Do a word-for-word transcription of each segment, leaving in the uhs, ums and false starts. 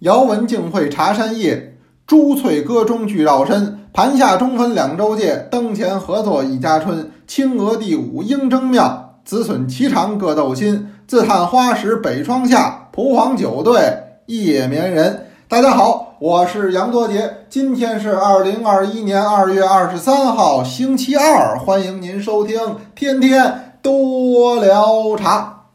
遥闻竞会茶山夜，珠翠歌中俱绕身。盘下中分两州界，灯前合作一家春。青娥第五应争妙，子孙齐长各斗心。自叹花时北窗下，蒲黄酒对夜眠人。大家好，我是杨多杰，今天是二零二一年二月二十三号，星期二，欢迎您收听天天多聊茶。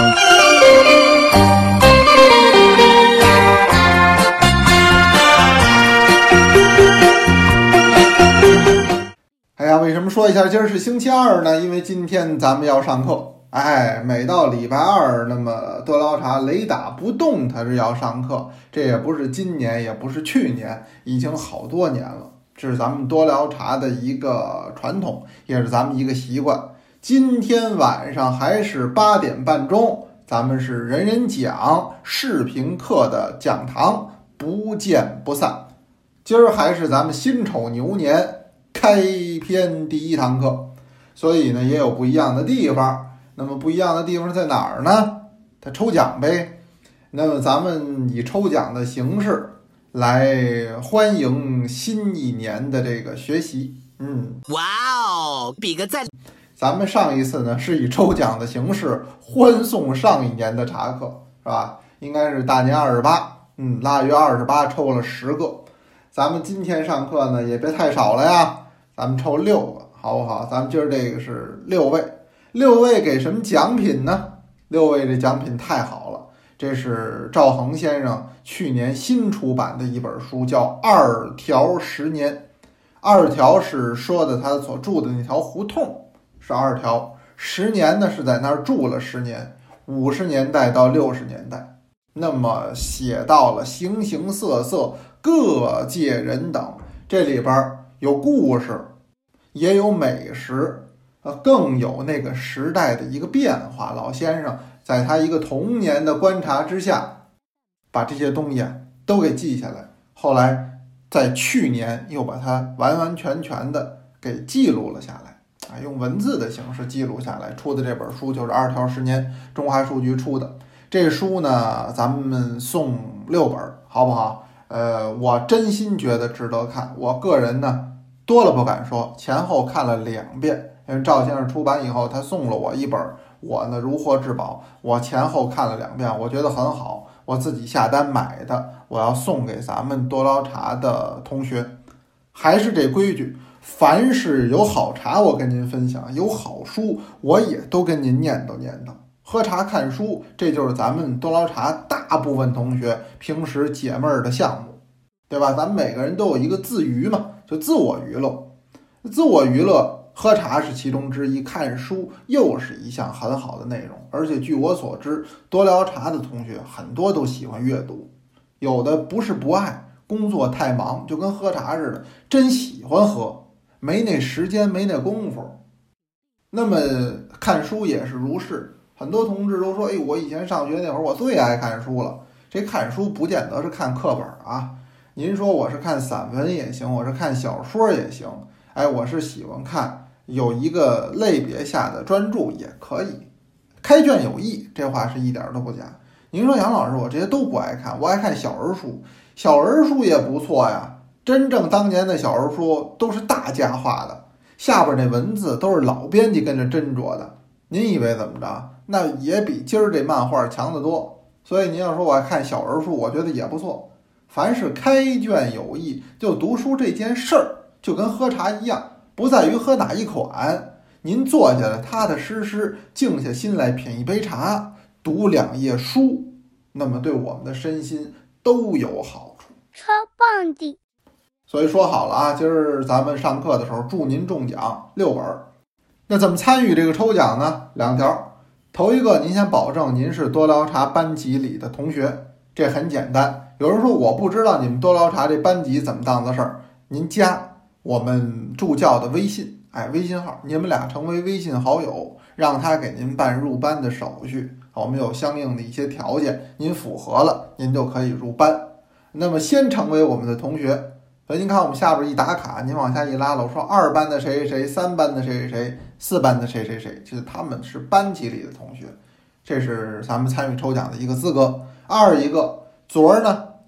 哎呀，为什么说一下今儿是星期二呢？因为今天咱们要上课。哎，每到礼拜二，那么多聊茶雷打不动，它是要上课。这也不是今年，也不是去年，已经好多年了。这是咱们多聊茶的一个传统，也是咱们一个习惯。今天晚上还是八点半钟，咱们是人人讲视频课的讲堂，不见不散。今儿还是咱们辛丑牛年开篇第一堂课，所以呢也有不一样的地方。那么不一样的地方在哪儿呢？它抽奖呗。那么咱们以抽奖的形式来欢迎新一年的这个学习。嗯， 哇哦，比个赞！ 咱们上一次呢是以抽奖的形式欢送上一年的茶课，是吧？应该是大年二十八，嗯，腊月二十八抽了十个。咱们今天上课呢也别太少了呀，咱们抽六个，好不好？咱们今儿这个是六位。六位给什么奖品呢？六位这奖品太好了，这是赵恒先生去年新出版的一本书，叫《二条十年》。二条是说的他所住的那条胡同是二条，十年呢是在那儿住了十年，五十年代到六十年代，那么写到了形形色色各界人等，这里边有故事，也有美食。更有那个时代的一个变化，老先生在他一个童年的观察之下，把这些东西都给记下来，后来在去年又把它完完全全的给记录了下来，啊，用文字的形式记录下来，出的这本书就是二条十年，中华书局出的。这书呢，咱们送六本，好不好？呃，我真心觉得值得看，我个人呢多了不敢说，前后看了两遍。因为赵先生出版以后，他送了我一本，我呢如获至宝，我前后看了两遍，我觉得很好，我自己下单买的，我要送给咱们多聊茶的同学。还是这规矩，凡是有好茶我跟您分享，有好书我也都跟您念叨念叨。喝茶看书，这就是咱们多聊茶大部分同学平时解闷儿的项目，对吧？咱们每个人都有一个自娱嘛，就自我娱乐，自我娱乐。喝茶是其中之一，看书又是一项很好的内容，而且据我所知，多聊茶的同学很多都喜欢阅读，有的不是不爱，工作太忙，就跟喝茶似的，真喜欢喝，没那时间，没那功夫。那么看书也是如是，很多同志都说，哎，我以前上学那会儿，我最爱看书了。这看书不见得是看课本啊，您说我是看散文也行，我是看小说也行，哎，我是喜欢看。有一个类别下的专注也可以，开卷有益，这话是一点都不假。您说杨老师，我这些都不爱看，我爱看小人书，小人书也不错呀。真正当年的小人书都是大家画的，下边那文字都是老编辑跟着斟酌的。您以为怎么着？那也比今儿这漫画强得多。所以您要说我爱看小人书，我觉得也不错。凡是开卷有益，就读书这件事儿，就跟喝茶一样。不在于喝哪一款，您坐下来踏踏实实静下心来品一杯茶，读两页书，那么对我们的身心都有好处， 超棒的。 所以说好了啊，今儿咱们上课的时候祝您中奖六本。那怎么参与这个抽奖呢？两条，头一个您先保证您是多聊茶班级里的同学，这很简单。有人说我不知道你们多聊茶这班级怎么当的事儿，您加我们助教的微信，哎，微信号，你们俩成为微信好友，让他给您办入班的手续。我们有相应的一些条件，您符合了，您就可以入班。那么先成为我们的同学，所以您看我们下边一打卡，您往下一拉了，我说二班的谁谁谁，三班的谁谁谁，四班的谁谁谁，其实他们是班级里的同学，这是咱们参与抽奖的一个资格。二一个，昨儿呢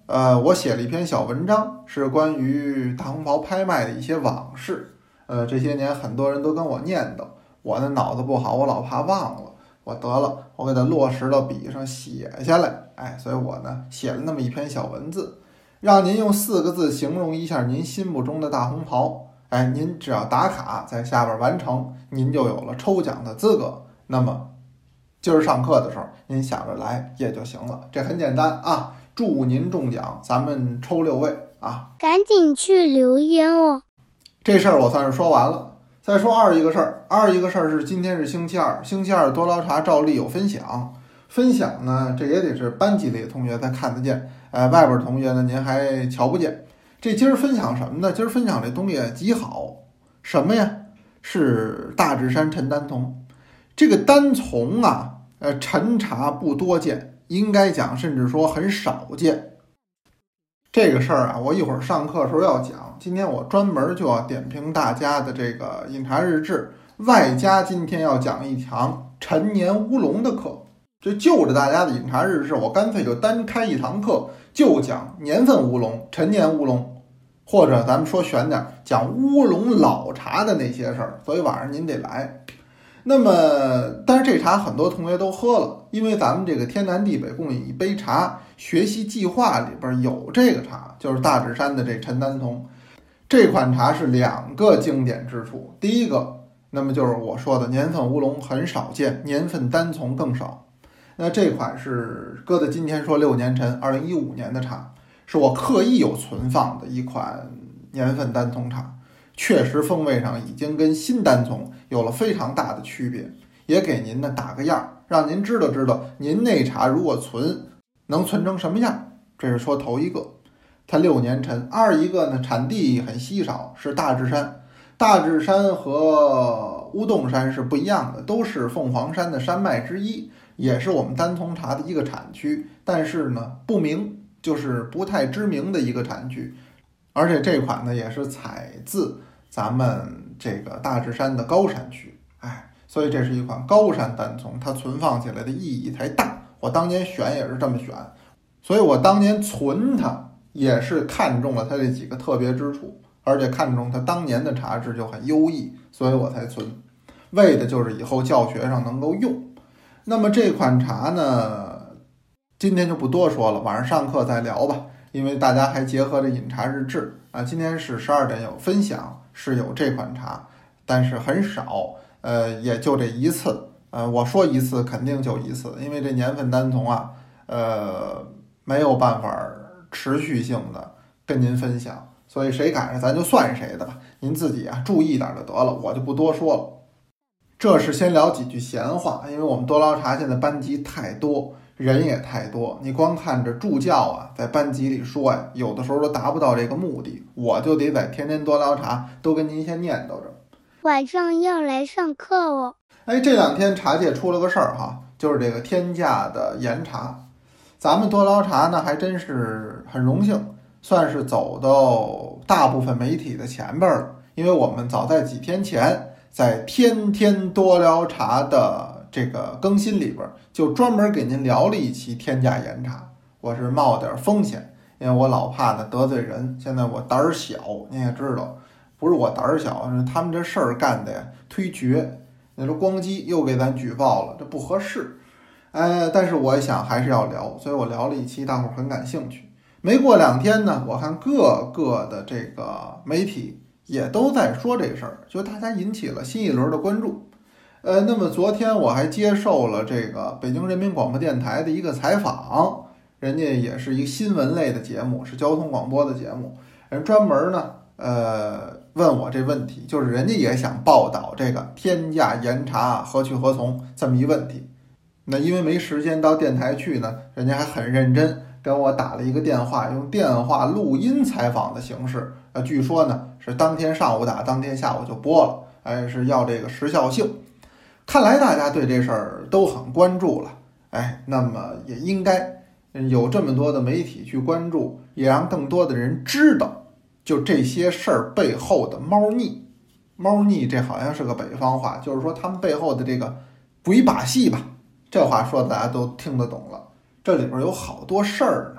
呃，我写了一篇小文章，是关于大红袍拍卖的一些往事。呃，这些年很多人都跟我念叨，我的脑子不好，我老怕忘了。我得了，我给它落实到笔上写下来。哎，所以我呢写了那么一篇小文字，让您用四个字形容一下您心目中的大红袍。哎，您只要打卡在下边完成，您就有了抽奖的资格。那么今儿上课的时候，您想着来也就行了，这很简单啊。祝您中奖，咱们抽六位啊！ 赶紧去留言哦。 这事儿我算是说完了。再说二一个事儿，二一个事儿是今天是星期二，星期二多捞茶照例有分享。分享呢，这也得是班级里的同学才看得见，呃，外边同学呢您还瞧不见。这今儿分享什么呢？今儿分享这东西极好，什么呀？是大智山陈丹丛。这个单丛啊，呃，陈茶不多见，应该讲甚至说很少见。这个事儿啊，我一会儿上课的时候要讲。今天我专门就要点评大家的这个饮茶日志，外加今天要讲一堂陈年乌龙的课。就就着大家的饮茶日志，我干脆就单开一堂课，就讲年份乌龙、陈年乌龙，或者咱们说悬点，讲乌龙老茶的那些事儿。所以晚上您得来。那么，但是这茶很多同学都喝了，因为咱们这个天南地北共饮一杯茶学习计划里边有这个茶，就是大智山的这陈丹丛。这款茶是两个经典之处，第一个，那么就是我说的年份乌龙很少见，年份单丛更少。那这款是搁在今天说六年陈，二零一五年的茶，是我刻意有存放的一款年份单丛茶。确实风味上已经跟新单丛有了非常大的区别，也给您呢打个样，让您知道知道您那茶如果存能存成什么样。这是说头一个，它六年陈。二一个呢，产地很稀少，是大智山。大智山和乌洞山是不一样的，都是凤凰山的山脉之一，也是我们单丛茶的一个产区，但是呢不明，就是不太知名的一个产区。而且这款呢也是采自咱们这个大智山的高山区，哎，所以这是一款高山单丛，它存放起来的意义才大。我当年选也是这么选，所以我当年存它也是看中了它这几个特别之处，而且看中它当年的茶质就很优异，所以我才存，为的就是以后教学上能够用。那么这款茶呢，今天就不多说了，晚上上课再聊吧。因为大家还结合着饮茶日志啊，今天是十二点有分享，是有这款茶，但是很少，呃，也就这一次，呃，我说一次肯定就一次，因为这年份单丛啊，呃，没有办法持续性的跟您分享，所以谁赶上咱就算谁的吧，您自己啊注意点就得了，我就不多说了。这是先聊几句闲话，因为我们多捞茶现在班级太多。人也太多，你光看着助教啊，在班级里说呀，有的时候都达不到这个目的，我就得在天天多聊茶都跟您先念叨着。 晚上要来上课哦。 哎，这两天茶界出了个事儿哈，就是这个天价的岩茶。咱们多聊茶呢，还真是很荣幸，算是走到大部分媒体的前边了，因为我们早在几天前，在天天多聊茶的这个更新里边就专门给您聊了一期天价岩茶。我是冒点风险，因为我老怕呢得罪人，现在我胆儿小，你也知道，不是我胆儿小，是他们这事儿干的呀忒绝。你说光机又给咱举报了，这不合适。哎，但是我想还是要聊，所以我聊了一期，大伙儿很感兴趣。没过两天呢，我看各个的这个媒体也都在说这事儿，就大家引起了新一轮的关注。呃，那么昨天我还接受了这个北京人民广播电台的一个采访，人家也是一个新闻类的节目，是交通广播的节目，人专门呢，呃，问我这问题，就是人家也想报道这个天价岩茶何去何从这么一问题。那因为没时间到电台去呢，人家还很认真跟我打了一个电话，用电话录音采访的形式，呃，据说呢是当天上午打，当天下午就播了，哎，是要这个时效性。看来大家对这事儿都很关注了，哎，那么也应该有这么多的媒体去关注，也让更多的人知道，就这些事儿背后的猫腻。猫腻这好像是个北方话，就是说他们背后的这个鬼把戏吧，这话说的大家都听得懂了。这里边有好多事儿呢，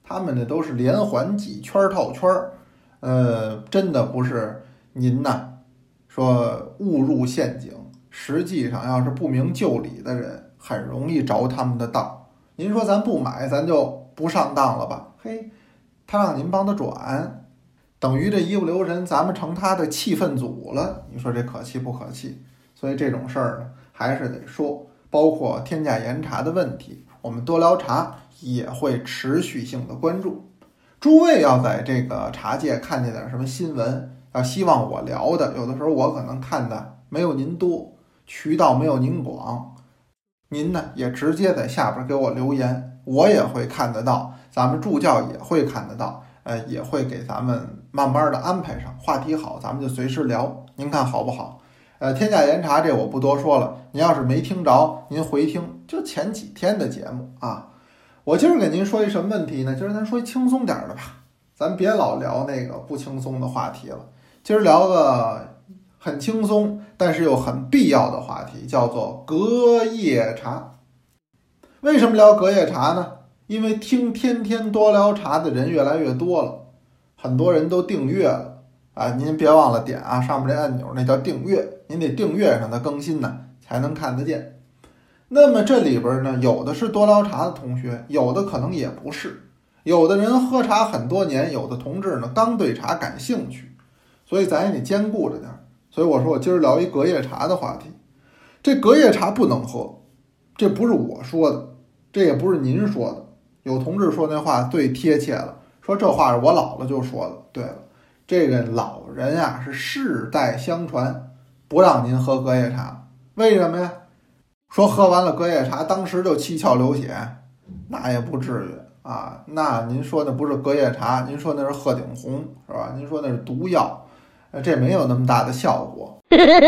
他们呢都是连环计、圈套圈，呃，真的不是您呐说误入陷阱，实际上要是不明就里的人，很容易着他们的道。您说咱不买，咱就不上当了吧？嘿，他让您帮他转，等于这一不留神，咱们成他的气氛组了。你说这可气不可气？所以这种事儿呢，还是得说，包括天价严查的问题，我们多聊茶也会持续性的关注。诸位要在这个茶界看见点什么新闻，要希望我聊的，有的时候我可能看的没有您多，渠道没有您广，您呢也直接在下边给我留言，我也会看得到，咱们助教也会看得到，呃，也会给咱们慢慢的安排上话题好，咱们就随时聊，您看好不好？呃，天价严查这我不多说了，您要是没听着，您回听就前几天的节目啊。我今儿给您说一什么问题呢？今儿咱说一轻松点的吧，咱别老聊那个不轻松的话题了。今儿聊个很轻松，但是又很必要的话题，叫做隔夜茶。为什么聊隔夜茶呢？因为听天天多聊茶的人越来越多了，很多人都订阅了。啊，您别忘了点啊，上面这按钮那叫订阅，您得订阅上的更新呢才能看得见。那么这里边呢，有的是多聊茶的同学，有的可能也不是，有的人喝茶很多年，有的同志呢刚对茶感兴趣，所以咱也得兼顾着点。所以我说我今儿聊一隔夜茶的话题。这隔夜茶不能喝，这不是我说的，这也不是您说的。有同志说那话最贴切了，说这话是我姥姥就说的。对了，这个老人啊是世代相传，不让您喝隔夜茶。为什么呀？说喝完了隔夜茶当时就七窍流血，那也不至于啊。那您说那不是隔夜茶，您说那是鹤顶红是吧？您说那是毒药，这没有那么大的效果。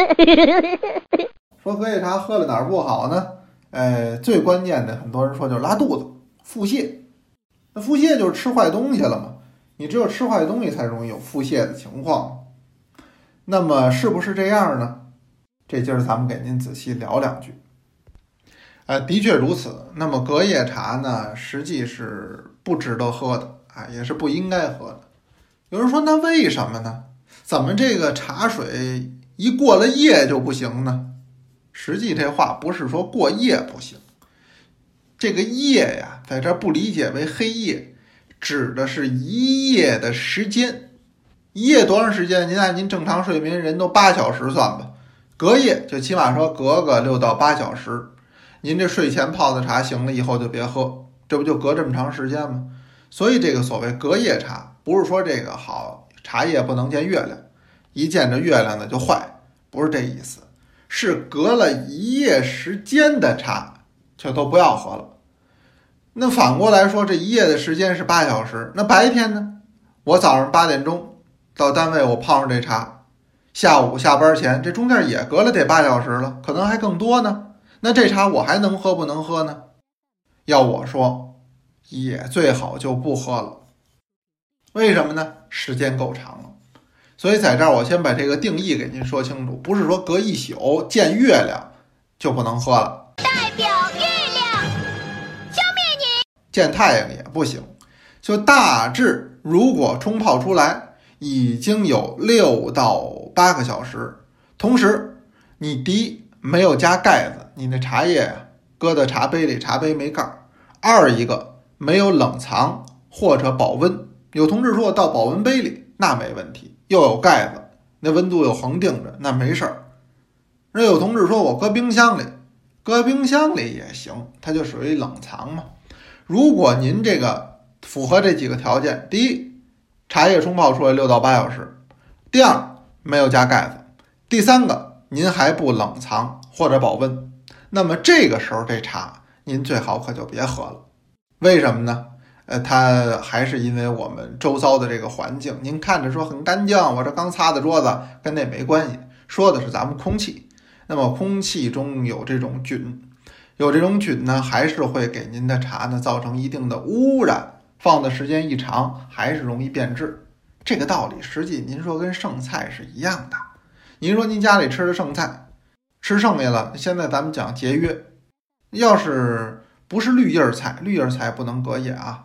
说隔夜茶喝了哪儿不好呢？呃，最关键的很多人说就是拉肚子、腹泻。那腹泻就是吃坏东西了嘛，你只有吃坏东西才容易有腹泻的情况。那么是不是这样呢？这今儿咱们给您仔细聊两句。呃，的确如此。那么隔夜茶呢，实际是不值得喝的啊，也是不应该喝的。有人说那为什么呢？怎么这个茶水一过了夜就不行呢？实际这话不是说过夜不行，这个夜呀，在这不理解为黑夜，指的是一夜的时间。一夜多长时间？您按您正常睡眠人都八小时算吧，隔夜就起码说隔个六到八小时。您这睡前泡的茶醒了以后就别喝，这不就隔这么长时间吗？所以这个所谓隔夜茶，不是说这个好茶叶不能见月亮，一见着月亮的就坏，不是这意思，是隔了一夜时间的茶就都不要喝了。那反过来说，这一夜的时间是八小时，那白天呢？我早上八点钟到单位，我泡上这茶，下午下班前，这中间也隔了得八小时了，可能还更多呢。那这茶我还能喝不能喝呢？要我说，也最好就不喝了。为什么呢？时间够长了。所以在这儿我先把这个定义给您说清楚，不是说隔一宿见月亮就不能喝了。 代表月亮消灭你， 见太阳也不行。就大致如果冲泡出来已经有六到八个小时，同时你第一没有加盖子，你那茶叶呀搁在茶杯里，茶杯没盖；二一个没有冷藏或者保温。有同志说我倒保温杯里，那没问题，又有盖子，那温度又恒定着，那没事儿。那有同志说我搁冰箱里，搁冰箱里也行，它就属于冷藏嘛。如果您这个符合这几个条件，第一，茶叶冲泡出来六到八小时；第二，没有加盖子；第三个，您还不冷藏或者保温，那么这个时候这茶您最好可就别喝了。为什么呢？呃，它还是因为我们周遭的这个环境，您看着说很干净，我这刚擦的桌子，跟那没关系，说的是咱们空气。那么空气中有这种菌，有这种菌呢，还是会给您的茶呢造成一定的污染，放的时间一长，还是容易变质。这个道理实际您说跟剩菜是一样的。您说您家里吃的剩菜，吃剩下了，现在咱们讲节约，要是不是绿叶菜，绿叶菜不能隔夜啊，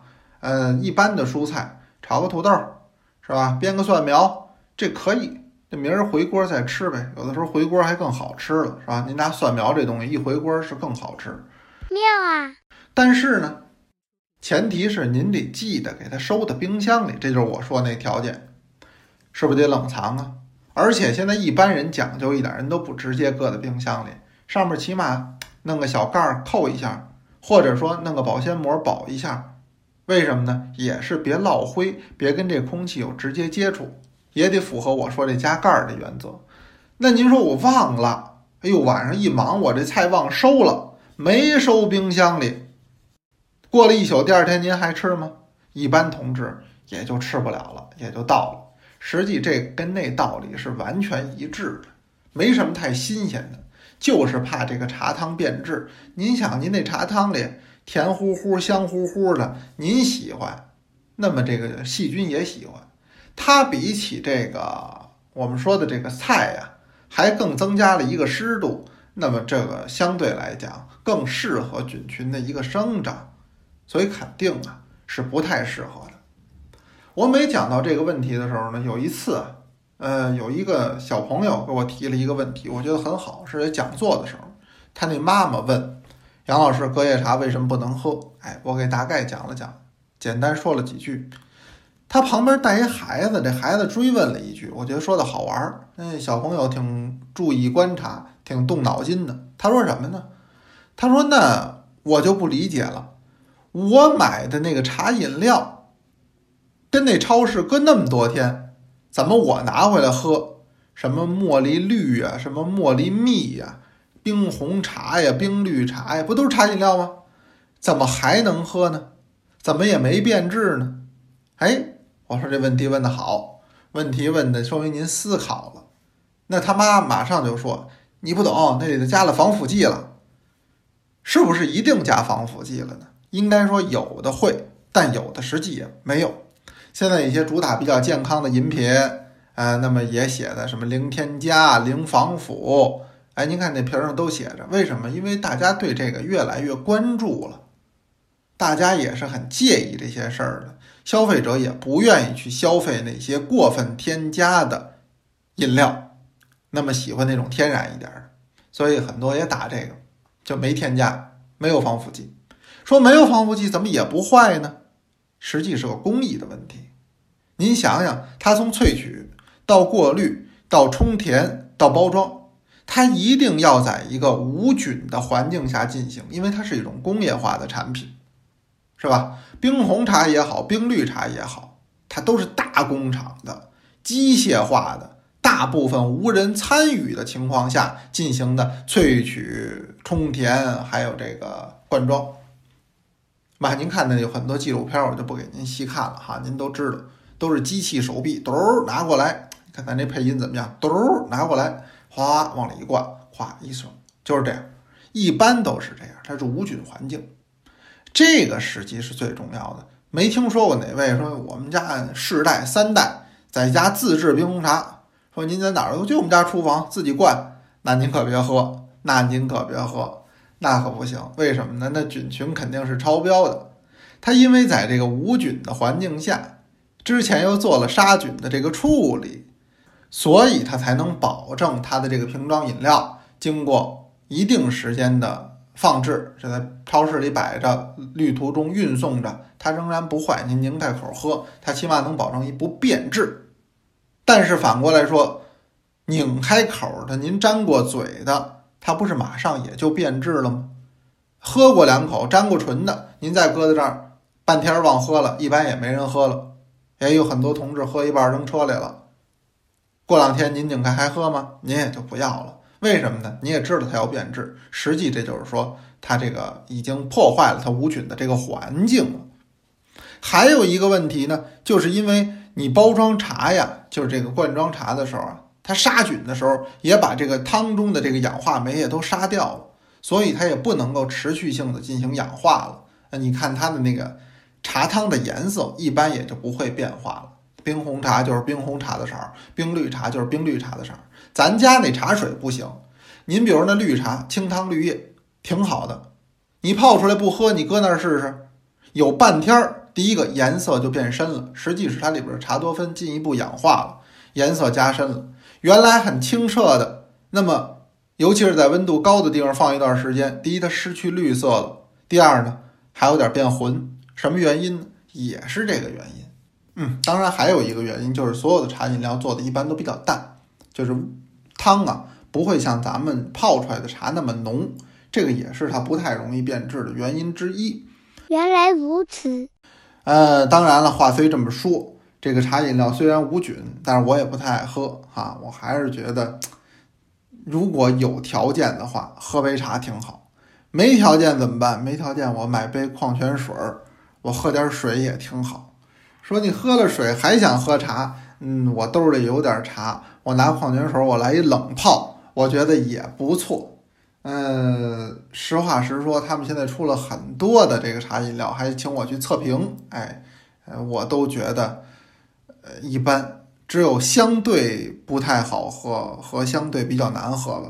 呃，一般的蔬菜炒个土豆是吧，煸个蒜苗，这可以，这明儿回锅再吃呗。有的时候回锅还更好吃了是吧？您拿蒜苗这东西一回锅是更好吃， 妙啊！ 但是呢，前提是您得记得给它收到冰箱里，这就是我说那条件，是不是得冷藏啊？而且现在一般人讲究一点，人都不直接搁在冰箱里，上面起码弄个小盖儿扣一下，或者说弄个保鲜膜保一下。为什么呢？也是别落灰，别跟这空气有直接接触，也得符合我说这加盖儿的原则。那您说我忘了，哎呦，晚上一忙我这菜忘收了，没收冰箱里，过了一宿，第二天您还吃吗？一般同志也就吃不了了，也就到了。实际这跟那道理是完全一致的，没什么太新鲜的，就是怕这个茶汤变质。您想，您那茶汤里甜乎乎香乎乎的，您喜欢，那么这个细菌也喜欢。它比起这个我们说的这个菜呀、啊，还更增加了一个湿度，那么这个相对来讲更适合菌群的一个生长，所以肯定啊是不太适合的。我每讲到这个问题的时候呢，有一次呃，有一个小朋友给我提了一个问题，我觉得很好，是在讲座的时候，他那妈妈问杨老师，隔夜茶为什么不能喝？哎，我给大概讲了讲，简单说了几句。他旁边带一孩子，这孩子追问了一句，我觉得说的好玩。那小朋友挺注意观察，挺动脑筋的。他说什么呢？他说那我就不理解了，我买的那个茶饮料跟那超市搁那么多天，怎么我拿回来喝什么茉莉绿啊，什么茉莉蜜呀、啊、冰红茶呀、冰绿茶呀，不都是茶饮料吗？怎么还能喝呢？怎么也没变质呢？哎，我说这问题问得好，问题问的说明您思考了。那他妈马上就说，你不懂，那里头加了防腐剂了。是不是一定加防腐剂了呢？应该说有的会，但有的实际也没有。现在一些主打比较健康的饮品，呃，那么也写的什么零添加、零防腐，哎，您看那瓶上都写着。为什么？因为大家对这个越来越关注了，大家也是很介意这些事儿的，消费者也不愿意去消费那些过分添加的饮料，那么喜欢那种天然一点的，所以很多也打这个，就没添加，没有防腐剂。说没有防腐剂怎么也不坏呢？实际是个工艺的问题。您想想，它从萃取到过滤到充填到包装，它一定要在一个无菌的环境下进行，因为它是一种工业化的产品，是吧？冰红茶也好，冰绿茶也好，它都是大工厂的、机械化的、大部分无人参与的情况下进行的萃取、充填，还有这个灌装。嘛，您看的有很多纪录片，我就不给您细看了哈，您都知道，都是机器手臂，嘟拿过来，看咱这配音怎么样？嘟拿过来，哗往里一灌，哗一声，就是这样，一般都是这样，它是无菌环境，这个实际是最重要的。没听说过哪位说我们家世代三代在家自制冰红茶，说您在哪儿？就我们家厨房自己灌，那您可别喝，那您可别喝。那可不行，为什么呢？那菌群肯定是超标的。它因为在这个无菌的环境下，之前又做了杀菌的这个处理，所以它才能保证它的这个瓶装饮料经过一定时间的放置，是在超市里摆着，旅途中运送着，它仍然不坏，您拧开口喝，它起码能保证一不变质。但是反过来说，拧开口的，您沾过嘴的，它不是马上也就变质了吗？喝过两口沾过唇的，您再搁在这儿半天忘喝了，一般也没人喝了，也有很多同志喝一半扔车里了，过两天您拧开还喝吗？您也就不要了。为什么呢？你也知道它要变质，实际这就是说它这个已经破坏了它无菌的这个环境了。还有一个问题呢，就是因为你包装茶呀，就是这个罐装茶的时候啊，它杀菌的时候也把这个汤中的这个氧化酶也都杀掉了，所以它也不能够持续性的进行氧化了。那你看它的那个茶汤的颜色一般也就不会变化了，冰红茶就是冰红茶的色儿，冰绿茶就是冰绿茶的色儿。咱家那茶水不行，您比如那绿茶清汤绿叶挺好的，你泡出来不喝，你搁那儿试试，有半天第一个颜色就变深了，实际是它里边的茶多酚进一步氧化了，颜色加深了。原来很清澈的，那么尤其是在温度高的地方放一段时间，第一它失去绿色了，第二呢还有点变浑。什么原因呢？也是这个原因。嗯，当然还有一个原因，就是所有的茶饮料做的一般都比较淡，就是汤啊不会像咱们泡出来的茶那么浓，这个也是它不太容易变质的原因之一。 原来如此。 呃，当然了，话虽这么说，这个茶饮料虽然无菌，但是我也不太爱喝啊。我还是觉得，如果有条件的话，喝杯茶挺好。没条件怎么办？没条件我买杯矿泉水，我喝点水也挺好。说你喝了水还想喝茶，嗯，我兜里有点茶，我拿矿泉水我来一冷泡，我觉得也不错。嗯，实话实说，他们现在出了很多的这个茶饮料，还请我去测评，哎，呃，我都觉得呃一般，只有相对不太好喝和相对比较难喝了，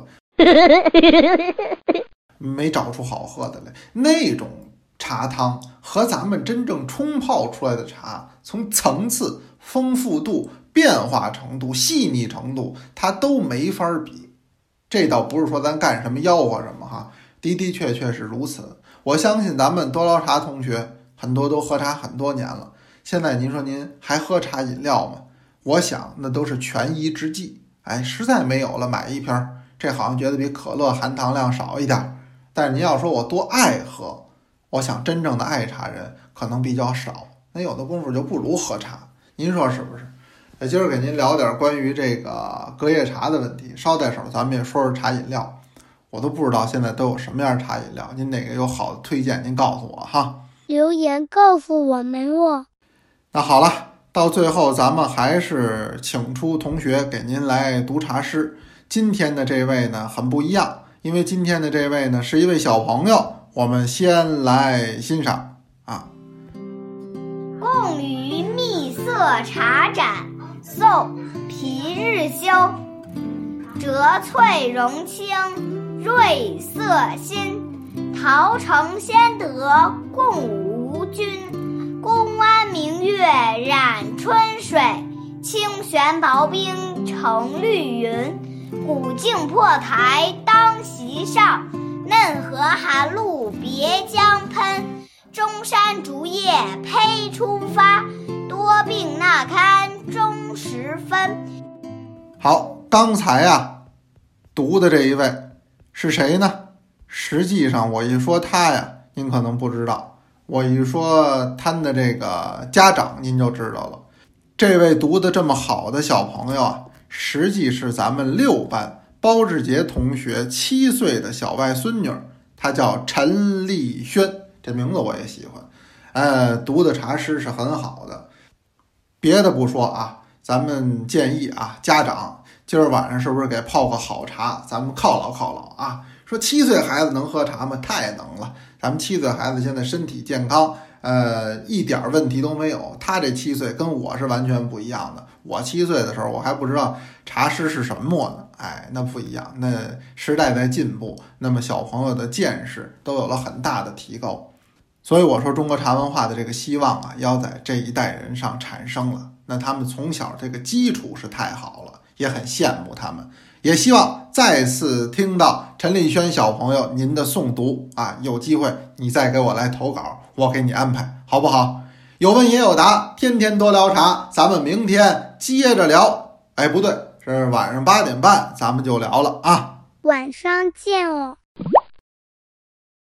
没找出好喝的来。那种茶汤和咱们真正冲泡出来的茶，从层次、丰富度、变化程度、细腻程度，它都没法比。这倒不是说咱干什么吆喝什么哈，的的确确是如此。我相信咱们多捞茶同学很多都喝茶很多年了，现在您说您还喝茶饮料吗？我想那都是权宜之计。哎，实在没有了买一瓶，这好像觉得比可乐含糖量少一点，但是您要说我多爱喝，我想真正的爱茶人可能比较少，那有的功夫就不如喝茶，您说是不是？今儿给您聊点关于这个隔夜茶的问题，捎带手咱们也说说茶饮料。我都不知道现在都有什么样的茶饮料，您哪个有好的推荐您告诉我哈。 留言告诉我们哦。 那好了，到最后咱们还是请出同学给您来读茶诗。今天的这位呢很不一样，因为今天的这位呢是一位小朋友，我们先来欣赏啊。 共与蜜色茶盏，宋皮日休。折翠融清瑞色新，桃城先得共无君。公安明月染春水，清玄薄冰成绿云。古镜破台当席上，嫩荷寒露别将喷。中山竹叶胚初发，多病那堪终时分。 好，刚才啊读的这一位是谁呢？实际上我一说他呀，您可能不知道，我一说他的这个家长您就知道了。这位读的这么好的小朋友啊，实际是咱们六班包志杰同学七岁的小外孙女，她叫陈丽轩，这名字我也喜欢。呃，读的茶诗是很好的。别的不说啊，咱们建议啊，家长今儿晚上是不是给泡个好茶，咱们犒劳犒劳啊。说七岁孩子能喝茶吗？太能了，咱们七岁孩子现在身体健康，呃，一点问题都没有。他这七岁跟我是完全不一样的。我七岁的时候我还不知道茶诗是什么呢，哎，那不一样，那时代在进步，那么小朋友的见识都有了很大的提高。所以我说中国茶文化的这个希望啊，要在这一代人上产生了。那他们从小这个基础是太好了，也很羡慕他们，也希望再次听到陈丽轩小朋友您的诵读啊，有机会你再给我来投稿，我给你安排，好不好？有问也有答，天天多聊茶，咱们明天接着聊。哎，不对，是晚上八点半咱们就聊了啊， 晚上见哦。